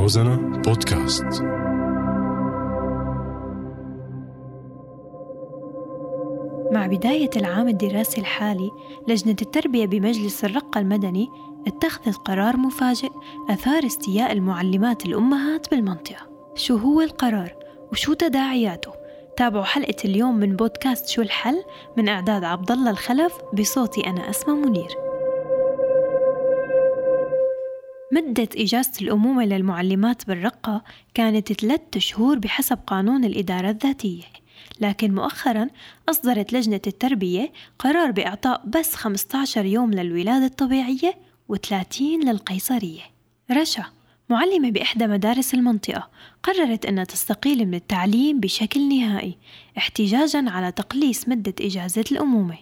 روزانا بودكاست. مع بداية العام الدراسي الحالي، لجنة التربية بمجلس الرقة المدني اتخذت قرار مفاجئ أثار استياء المعلمات الأمهات بالمنطقة. شو هو القرار وشو تداعياته؟ تابعوا حلقة اليوم من بودكاست شو الحل من إعداد عبد الله الخلف بصوتي أنا أسماء منير. مدة إجازة الأمومة للمعلمات بالرقة كانت 3 شهور بحسب قانون الإدارة الذاتية، لكن مؤخراً أصدرت لجنة التربية قرار بإعطاء بس 15 يوم للولادة الطبيعية و30 للقيصرية. رشا معلمة بإحدى مدارس المنطقة قررت أنها تستقيل من التعليم بشكل نهائي احتجاجاً على تقليص مدة إجازة الأمومة.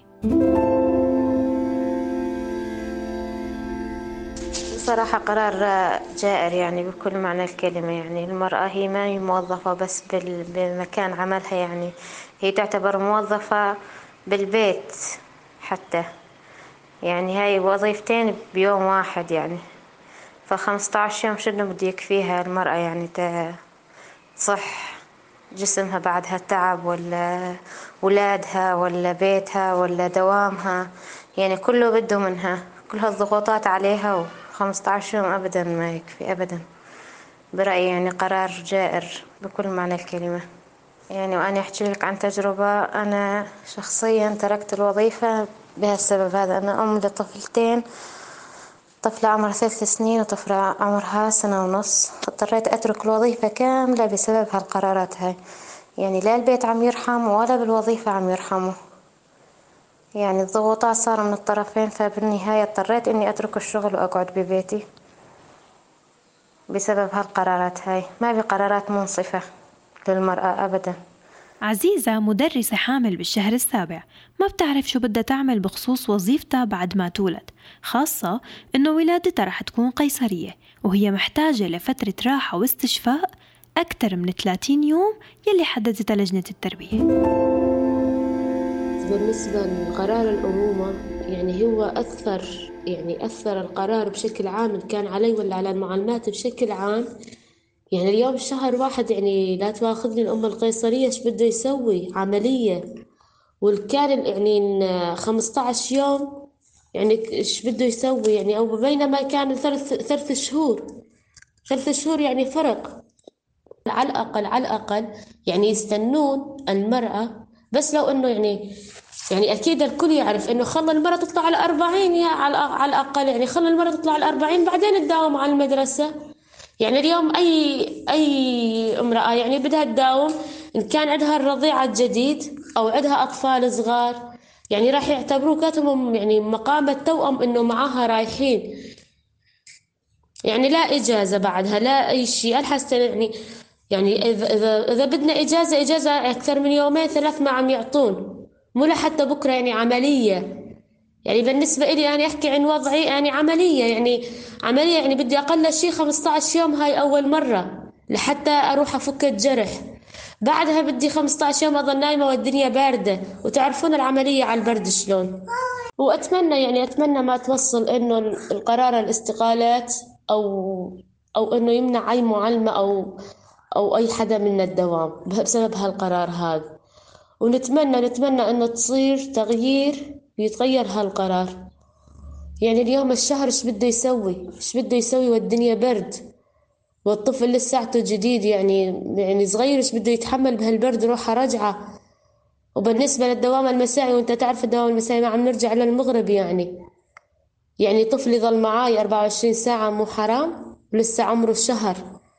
صراحة قرار جائر يعني بكل معنى الكلمة. يعني المرأة هي ما هي موظفة بس بمكان عملها، يعني هي تعتبر موظفة بالبيت حتى، يعني هاي وظيفتين بيوم واحد. يعني ف15 يوم شنو بده يكفيها المرأة يعني تصح جسمها بعدها تعب، ولا ولادها، ولا بيتها، ولا دوامها، يعني كله بده منها، كل هالضغوطات عليها. و15 يوم أبدا ما يكفي أبدا برأيي. يعني قرار جائر بكل معنى الكلمة. يعني وأنا أحكي لك عن تجربة، أنا شخصيا تركت الوظيفة بهالسبب هذا. أنا أم لطفلتين، طفلة عمرها 3 سنين وطفلة عمرها 1.5 سنة. اضطريت أترك الوظيفة كاملة بسبب هالقرارات هاي. يعني لا البيت عم يرحم ولا بالوظيفة عم يرحموا، يعني الضغوطات صار من الطرفين. فبالنهاية اضطريت إني أترك الشغل وأقعد ببيتي بسبب هالقرارات هاي. ما بقرارات منصفة للمرأة أبدا. عزيزة مدرسة حامل بالشهر السابع، ما بتعرف شو بدها تعمل بخصوص وظيفتها بعد ما تولد، خاصة إنه ولادتها رح تكون قيصرية وهي محتاجة لفترة راحة واستشفاء أكثر من 30 يوم يلي حددتها لجنة التربية. بالنسبة لقرار الأمومة، يعني هو أثر القرار بشكل عام، كان علي ولا على المعلمات بشكل عام. يعني اليوم شهر واحد، يعني لا تواخذني الأم القيصرية ايش بده يسوي عملية، والكان يعني 15 يوم يعني ايش بده يسوي، يعني أو بينما كان ثلاث شهور 3 شهور يعني فرق. على الأقل يعني يستنون المرأة، بس لو إنه يعني أكيد الكل يعرف إنه خلى المرأة تطلع على 40، يا على الأقل يعني خلى المرأة تطلع على 40 بعدين تداوم على المدرسة. يعني اليوم أي امرأة يعني بدها تداوم، إن كان عندها الرضيعة الجديد أو عندها أطفال صغار، يعني راح يعتبروه كاتهم يعني مقام التوأم إنه معاها رايحين، يعني لا إجازة بعدها لا أي شيء. الحس يعني إذا بدنا إجازة أكثر من 2-3 ما عم يعطون، مو لحتى بكرة يعني عملية. يعني بالنسبة إلي أنا أحكي عن وضعي، يعني عملية يعني بدي أقل شيء 15 يوم، هاي أول مرة لحتى أروح أفك الجرح. بعدها بدي 15 يوم أظل نايمة والدنيا باردة، وتعرفون العملية على البرد شلون. أتمنى ما توصل إنه القرار الاستقالات أو إنه يمنع أي معلمة أو أي حدا من الدوام بسبب هالقرار هذا. ونتمنى إنه تصير تغيير ويتغير هالقرار. يعني اليوم الشهر إيش بده يسوي والدنيا برد، والطفل لساته جديد يعني صغير، إيش بده يتحمل بهالبرد روحه رجعة. وبالنسبة للدوام المسائي، وانت تعرف الدوام المسائي ما عم نرجع للمغرب، يعني طفلي ظل معاي 24 ساعة، مو حرام؟ لسه عمره شهر.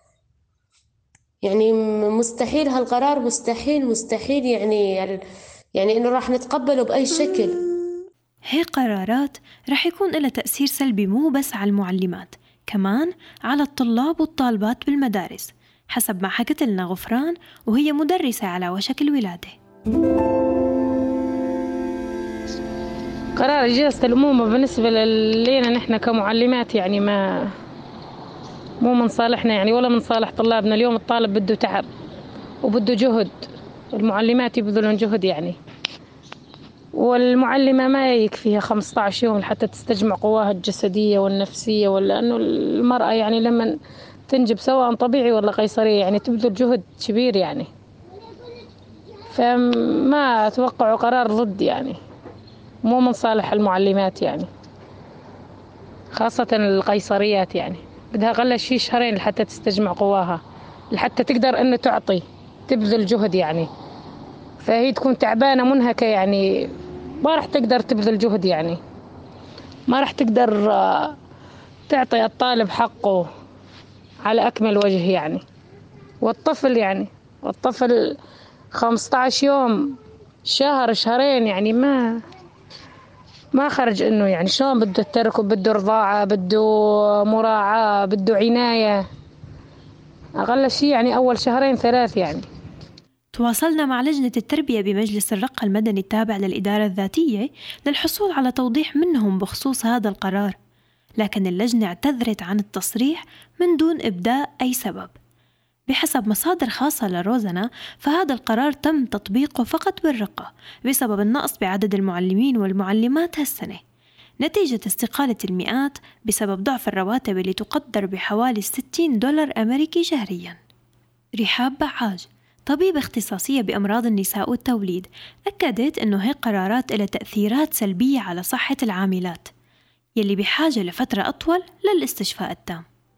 يعني مستحيل هالقرار، مستحيل يعني إنه راح نتقبله بأي شكل. هي قرارات رح يكون لها تأثير سلبي مو بس على المعلمات، كمان على الطلاب والطالبات بالمدارس، حسب ما حكت لنا غفران وهي مدرسة على وشك الولادة. قرار إجازة الأمومة بالنسبة لنا نحن كمعلمات يعني مو من صالحنا، يعني ولا من صالح طلابنا. اليوم الطالب بده تعب وبده جهد، المعلمات يبذلون جهد يعني، والمعلمة ما يكفيها 15 يوم حتى تستجمع قواها الجسدية والنفسية، ولا أنه المرأة يعني لما تنجب سواء طبيعي ولا قيصرية، يعني تبذل جهد كبير يعني. فما أتوقع قرار ضد يعني، مو من صالح المعلمات يعني، خاصة القيصريات يعني بدها أقل شيء 2 لحتى تستجمع قواها، لحتى تقدر إنه تعطي تبذل جهد يعني. فهي تكون تعبانة منهكة يعني، ما راح تقدر تبذل جهد يعني، ما راح تقدر تعطي الطالب حقه على أكمل وجه يعني. والطفل 15 يوم، شهر 2 يعني ما خرج إنه يعني شلون بده الترك، وبده رضاعة، بده مراعاة، بده عناية، أقل شيء يعني أول 2-3 يعني. تواصلنا مع لجنة التربية بمجلس الرقة المدني التابع للإدارة الذاتية للحصول على توضيح منهم بخصوص هذا القرار، لكن اللجنة اعتذرت عن التصريح من دون إبداء أي سبب. بحسب مصادر خاصة لروزنا، فهذا القرار تم تطبيقه فقط بالرقة بسبب النقص بعدد المعلمين والمعلمات هالسنة، نتيجة استقالة المئات بسبب ضعف الرواتب اللي تقدر بحوالي $60 أمريكي شهرياً. رحاب بعاج، طبيب اختصاصية بأمراض النساء والتوليد، أكدت أنه هي قرارات إلى تأثيرات سلبية على صحة العاملات يلي بحاجة لفترة أطول للاستشفاء التام.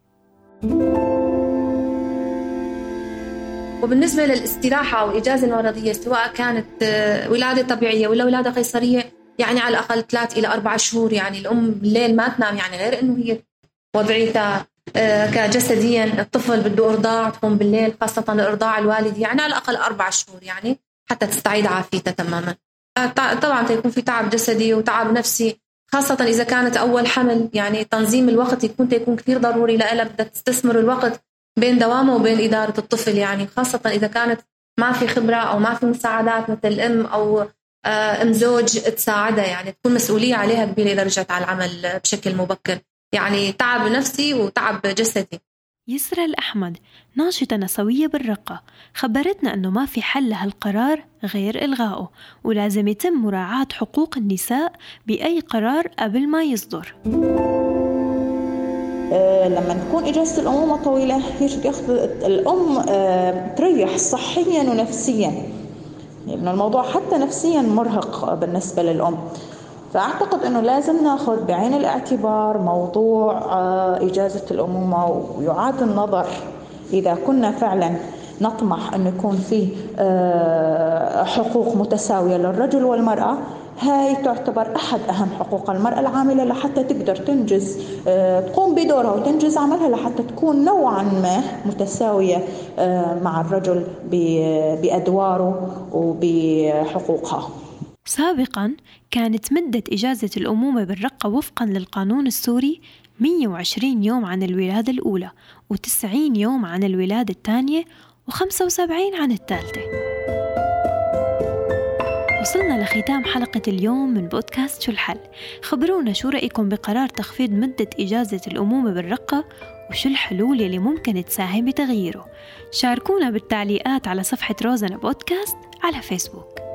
وبالنسبة للاستراحة أو الإجازة المرضية، سواء كانت ولادة طبيعية ولا ولادة قيصرية، يعني على الأقل 3 إلى 4 شهور يعني الأم بالليل ما تنام، يعني غير إنه هي وضعيتها كجسديا الطفل بده إرضاع تقوم بالليل، خاصة الإرضاع الوالدي، يعني على الأقل 4 شهور يعني حتى تستعيد عافيتها تماما. طبعا يكون في تعب جسدي وتعب نفسي، خاصة إذا كانت أول حمل، يعني تنظيم الوقت يكون كثير ضروري لها، بدها تستثمر الوقت بين دوامه وبين إدارة الطفل، يعني خاصة إذا كانت ما في خبرة أو ما في مساعدات مثل الأم أو أم زوج تساعدها، يعني تكون مسؤولية عليها كبيرة إذا رجعت على العمل بشكل مبكر، يعني تعب نفسي وتعب جسدي. يسرى الأحمد، ناشطة نسوية بالرقة، خبرتنا أنه ما في حل لهالقرار غير إلغائه، ولازم يتم مراعاة حقوق النساء بأي قرار قبل ما يصدر. لما تكون إجازة الأمومة طويلة يجب ياخذ الأم تريح صحيا ونفسيا، يعني الموضوع حتى نفسيا مرهق بالنسبة للأم. فأعتقد أنه لازم ناخذ بعين الاعتبار موضوع إجازة الأمومة، ويعاد النظر إذا كنا فعلا نطمح أن يكون فيه حقوق متساوية للرجل والمرأة. هاي تعتبر أحد أهم حقوق المرأة العاملة لحتى تقدر تنجز، تقوم بدورها وتنجز عملها لحتى تكون نوعا ما متساوية مع الرجل بأدواره وبحقوقها. سابقاً كانت مدة إجازة الأمومة بالرقة وفقاً للقانون السوري 120 يوم عن الولادة الأولى، و90 يوم عن الولادة الثانية، و75 عن الثالثة. وصلنا لختام حلقة اليوم من بودكاست شو الحل. خبرونا شو رأيكم بقرار تخفيض مدة إجازة الأمومة بالرقة، وشو الحلول اللي ممكن تساهم بتغييره. شاركونا بالتعليقات على صفحة روزنا بودكاست على فيسبوك.